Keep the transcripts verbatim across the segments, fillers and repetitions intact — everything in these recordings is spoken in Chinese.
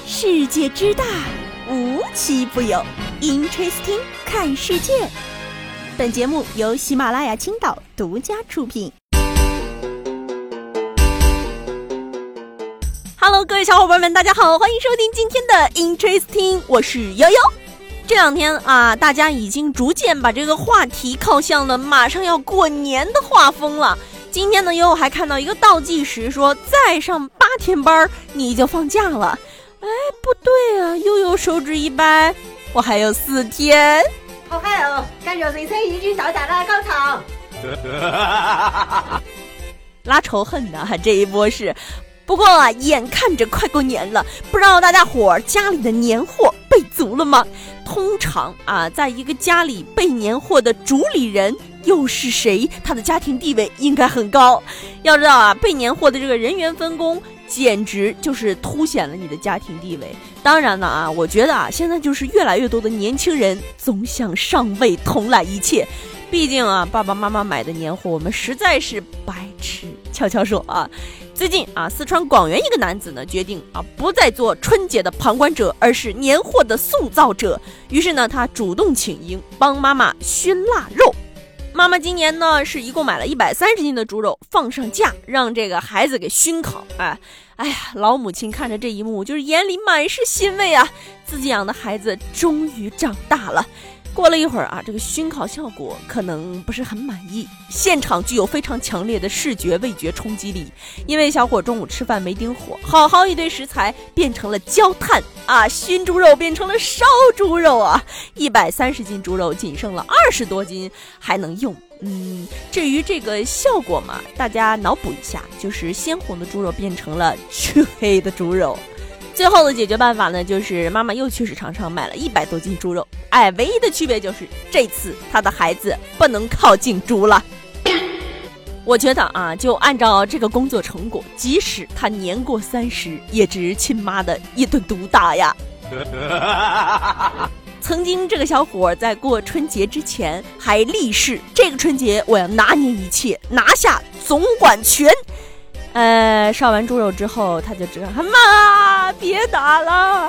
世界之大，无奇不有。Interesting 看世界。本节目由喜马拉雅青岛独家出品。Hello， 各位小伙伴们，大家好，欢迎收听今天的 Interesting， 我是悠悠。这两天啊，大家已经逐渐把这个话题靠向了马上要过年的画风了。今天呢，悠悠还看到一个倒计时，说再上八天班你就放假了。哎，不对啊，悠悠手指一掰，我还有四天。 好嗨哦，赶热水车已经到达了高潮。 拉仇恨的这一波是。不过啊，眼看着快过年了，不知道大家伙家里的年货备足了吗？通常啊，在一个家里备年货的主理人又是谁？他的家庭地位应该很高。要知道啊，备年货的这个人员分工简直就是凸显了你的家庭地位。当然了啊，我觉得啊，现在就是越来越多的年轻人总想上位统揽一切。毕竟啊，爸爸妈妈买的年货我们实在是白吃。悄悄说啊，最近啊，四川广元一个男子呢决定啊不再做春节的旁观者，而是年货的塑造者。于是呢，他主动请缨帮妈妈熏腊肉。妈妈今年呢是一共买了一百三十斤的猪肉放上架，让这个孩子给熏烤。哎，哎呀，老母亲看着这一幕，就是眼里满是欣慰啊，自己养的孩子终于长大了。过了一会儿啊，这个熏烤效果可能不是很满意，现场具有非常强烈的视觉味觉冲击力。因为小伙中午吃饭没盯火，好好一堆食材变成了焦炭啊，熏猪肉变成了烧猪肉啊，一百三十斤猪肉仅剩了二十多斤还能用。嗯，至于这个效果嘛，大家脑补一下，就是鲜红的猪肉变成了黢黑的猪肉。最后的解决办法呢，就是妈妈又去市场上买了一百多斤猪肉。哎，唯一的区别就是这次她的孩子不能靠近猪了。我觉得啊，就按照这个工作成果，即使他年过三十，也值亲妈的一顿毒打呀。曾经这个小伙在过春节之前还立誓，这个春节我要拿捏一切，拿下总管权。呃，烧完猪肉之后，他就知道，妈，别打了。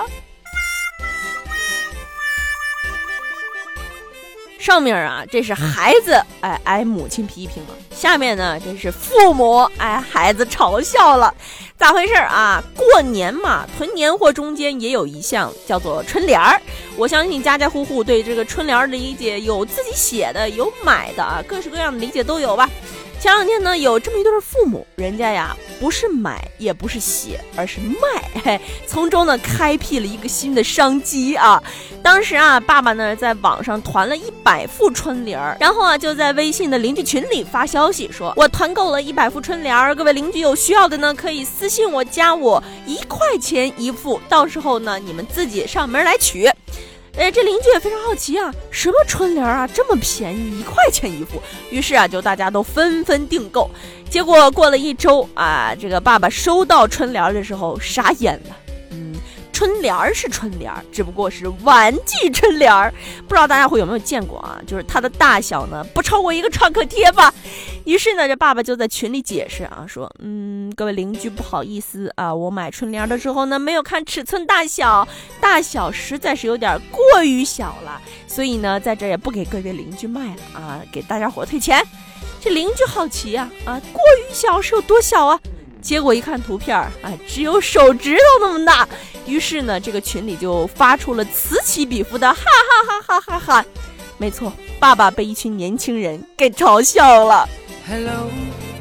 上面啊，这是孩子哎挨母亲批评了；下面呢，这是父母哎孩子嘲笑了。咋回事啊？过年嘛，囤年货中间也有一项叫做春联儿。我相信家家户户对这个春联的理解，有自己写的，有买的啊，各式各样的理解都有吧。前两天呢，有这么一对父母，人家呀不是买也不是写，而是卖，嘿，从中呢开辟了一个新的商机啊。当时啊，爸爸呢在网上团了一百副春联，然后啊就在微信的邻居群里发消息说，我团购了一百副春联，各位邻居有需要的呢可以私信我，加我一块钱一副，到时候呢你们自己上门来取。哎，这邻居也非常好奇啊，什么春联啊，这么便宜，一块钱一副。于是啊，就大家都纷纷订购。结果过了一周啊，这个爸爸收到春联的时候傻眼了。嗯，春联是春联，只不过是玩具春联，不知道大家会有没有见过啊？就是它的大小呢不超过一个创可贴吧。于是呢，这爸爸就在群里解释啊，说，嗯，各位邻居不好意思啊，我买春联的时候呢，没有看尺寸大小，大小实在是有点过于小了，所以呢，在这也不给各位邻居卖了啊，给大家伙退钱。这邻居好奇啊，啊，过于小是有多小啊？结果一看图片啊，只有手指头那么大。于是呢，这个群里就发出了此起彼伏的哈哈哈哈哈哈。没错，爸爸被一群年轻人给嘲笑了。Hello,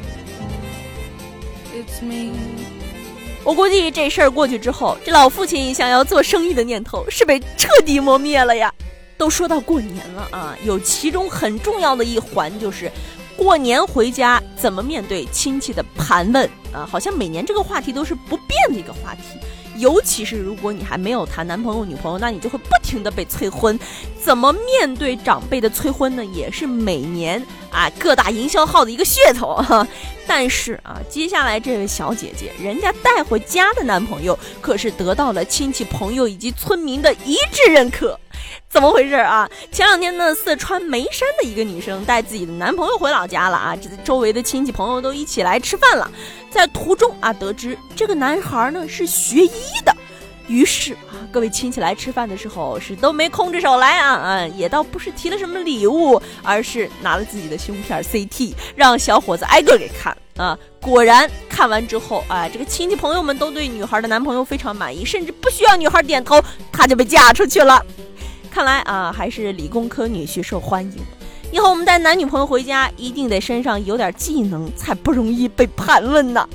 it's me. 我估计这事儿过去之后，这老父亲想要做生意的念头是被彻底磨灭了呀。都说到过年了啊，有其中很重要的一环就是过年回家怎么面对亲戚的盘问啊，好像每年这个话题都是不变的一个话题。尤其是如果你还没有谈男朋友女朋友，那你就会不停的被催婚。怎么面对长辈的催婚呢，也是每年啊各大营销号的一个噱头啊。但是啊，接下来这位小姐姐，人家带回家的男朋友可是得到了亲戚朋友以及村民的一致认可。怎么回事啊？前两天呢，四川眉山的一个女生带自己的男朋友回老家了啊，这周围的亲戚朋友都一起来吃饭了。在途中啊，得知这个男孩呢是学医的， 于是啊，各位亲戚来吃饭的时候是都没空着手来啊啊，也倒不是提了什么礼物，而是拿了自己的胸片 C T， 让小伙子挨个给看啊。果然看完之后啊，这个亲戚朋友们都对女孩的男朋友非常满意，甚至不需要女孩点头，他就被嫁出去了。看来啊，还是理工科女婿受欢迎。以后我们带男女朋友回家，一定得身上有点技能，才不容易被盘问呢。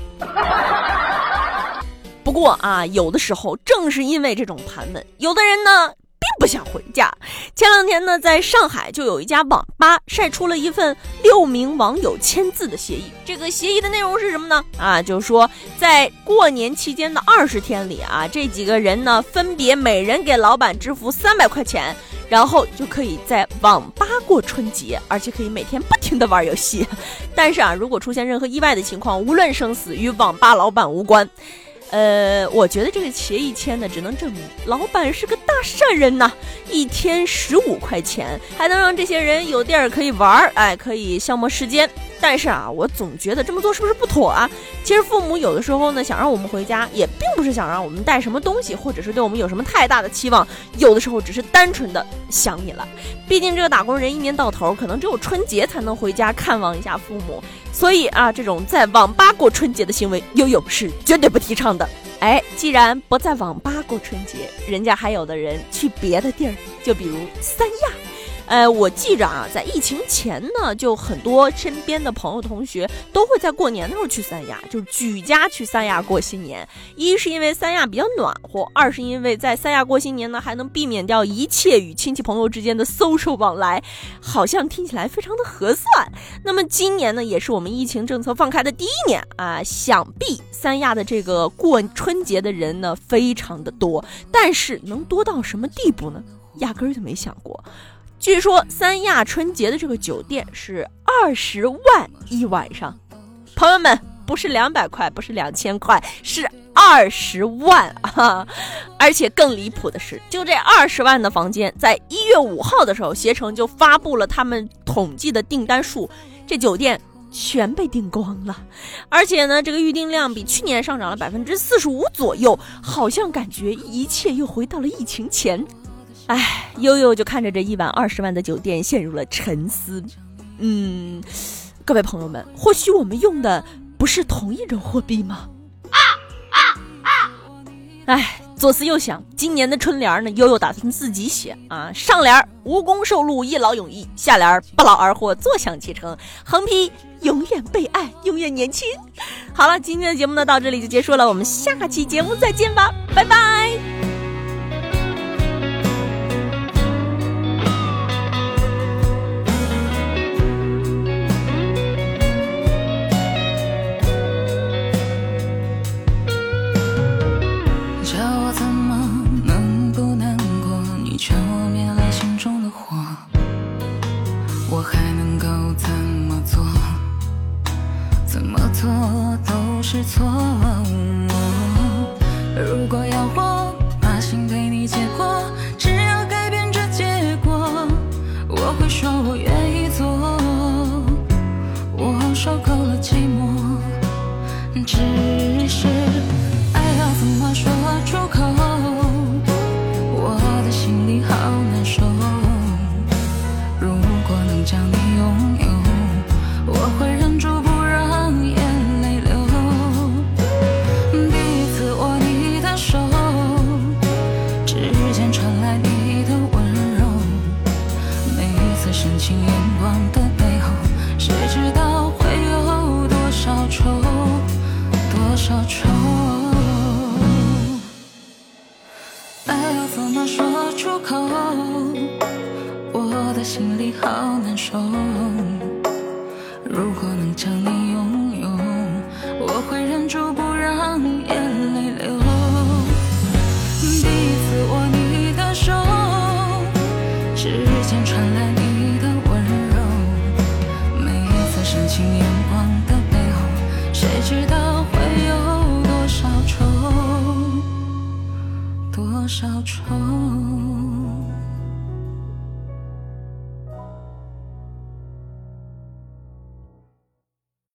不过啊，有的时候正是因为这种盘问，有的人呢并不想回家。前两天呢，在上海就有一家网吧晒出了一份六名网友签字的协议。这个协议的内容是什么呢？啊，就是说在过年期间的二十天里啊，这几个人呢分别每人给老板支付三百块钱，然后就可以在网吧过春节，而且可以每天不停地玩游戏。但是啊，如果出现任何意外的情况，无论生死与网吧老板无关。呃，我觉得这个协议签的只能证明老板是个大善人呐，一天十五块钱，还能让这些人有地儿可以玩，哎，可以消磨时间。但是啊，我总觉得这么做是不是不妥啊？其实父母有的时候呢，想让我们回家，也并不是想让我们带什么东西，或者是对我们有什么太大的期望，有的时候只是单纯的想你了。毕竟这个打工人一年到头，可能只有春节才能回家看望一下父母，所以啊，这种在网吧过春节的行为，悠悠是绝对不提倡的。哎，既然不在网吧过春节，人家还有的人去别的地儿，就比如三亚。呃，我记着啊，在疫情前呢，就很多身边的朋友同学都会在过年的时候去三亚，就是举家去三亚过新年。一是因为三亚比较暖和，二是因为在三亚过新年呢，还能避免掉一切与亲戚朋友之间的social往来，好像听起来非常的合算。那么今年呢，也是我们疫情政策放开的第一年啊，想必三亚的这个过春节的人呢非常的多，但是能多到什么地步呢？压根儿就没想过。据说三亚春节的这个酒店是二十万一晚上，朋友们，不是两百块，不是两千块，是二十万啊！而且更离谱的是，就这二十万的房间，在一月五号的时候，携程就发布了他们统计的订单数，这酒店全被订光了。而且呢，这个预订量比去年上涨了百分之四十五左右，好像感觉一切又回到了疫情前。哎，悠悠就看着这一晚二十万的酒店陷入了沉思。嗯，各位朋友们，或许我们用的不是同一种货币吗？啊啊啊！哎，左思右想，今年的春联呢，悠悠打算自己写啊。上联无功受禄，一劳永逸；下联不劳而获，坐享其成；横批永远被爱，永远年轻。好了，今天的节目呢到这里就结束了，我们下期节目再见吧，拜拜。 我还能够怎么做？怎么做都是错。如果要我把心对你结果，只要改变这结果，我会说我愿意做。我受够了寂寞，只是爱要怎么说出口？我的心里好难受。将你拥有，我会忍住不让眼泪流。第一次握你的手，指尖传来你的温柔。每一次深情眼光的背后，谁知道会有多少愁，多少愁。爱要怎么说出口？我的心里好难受。如果能将你拥有，我会忍住不让眼泪流。第一次握你的手，指尖传来你的温柔。每一次深情眼光的背后，谁知道会有多少愁，多少愁。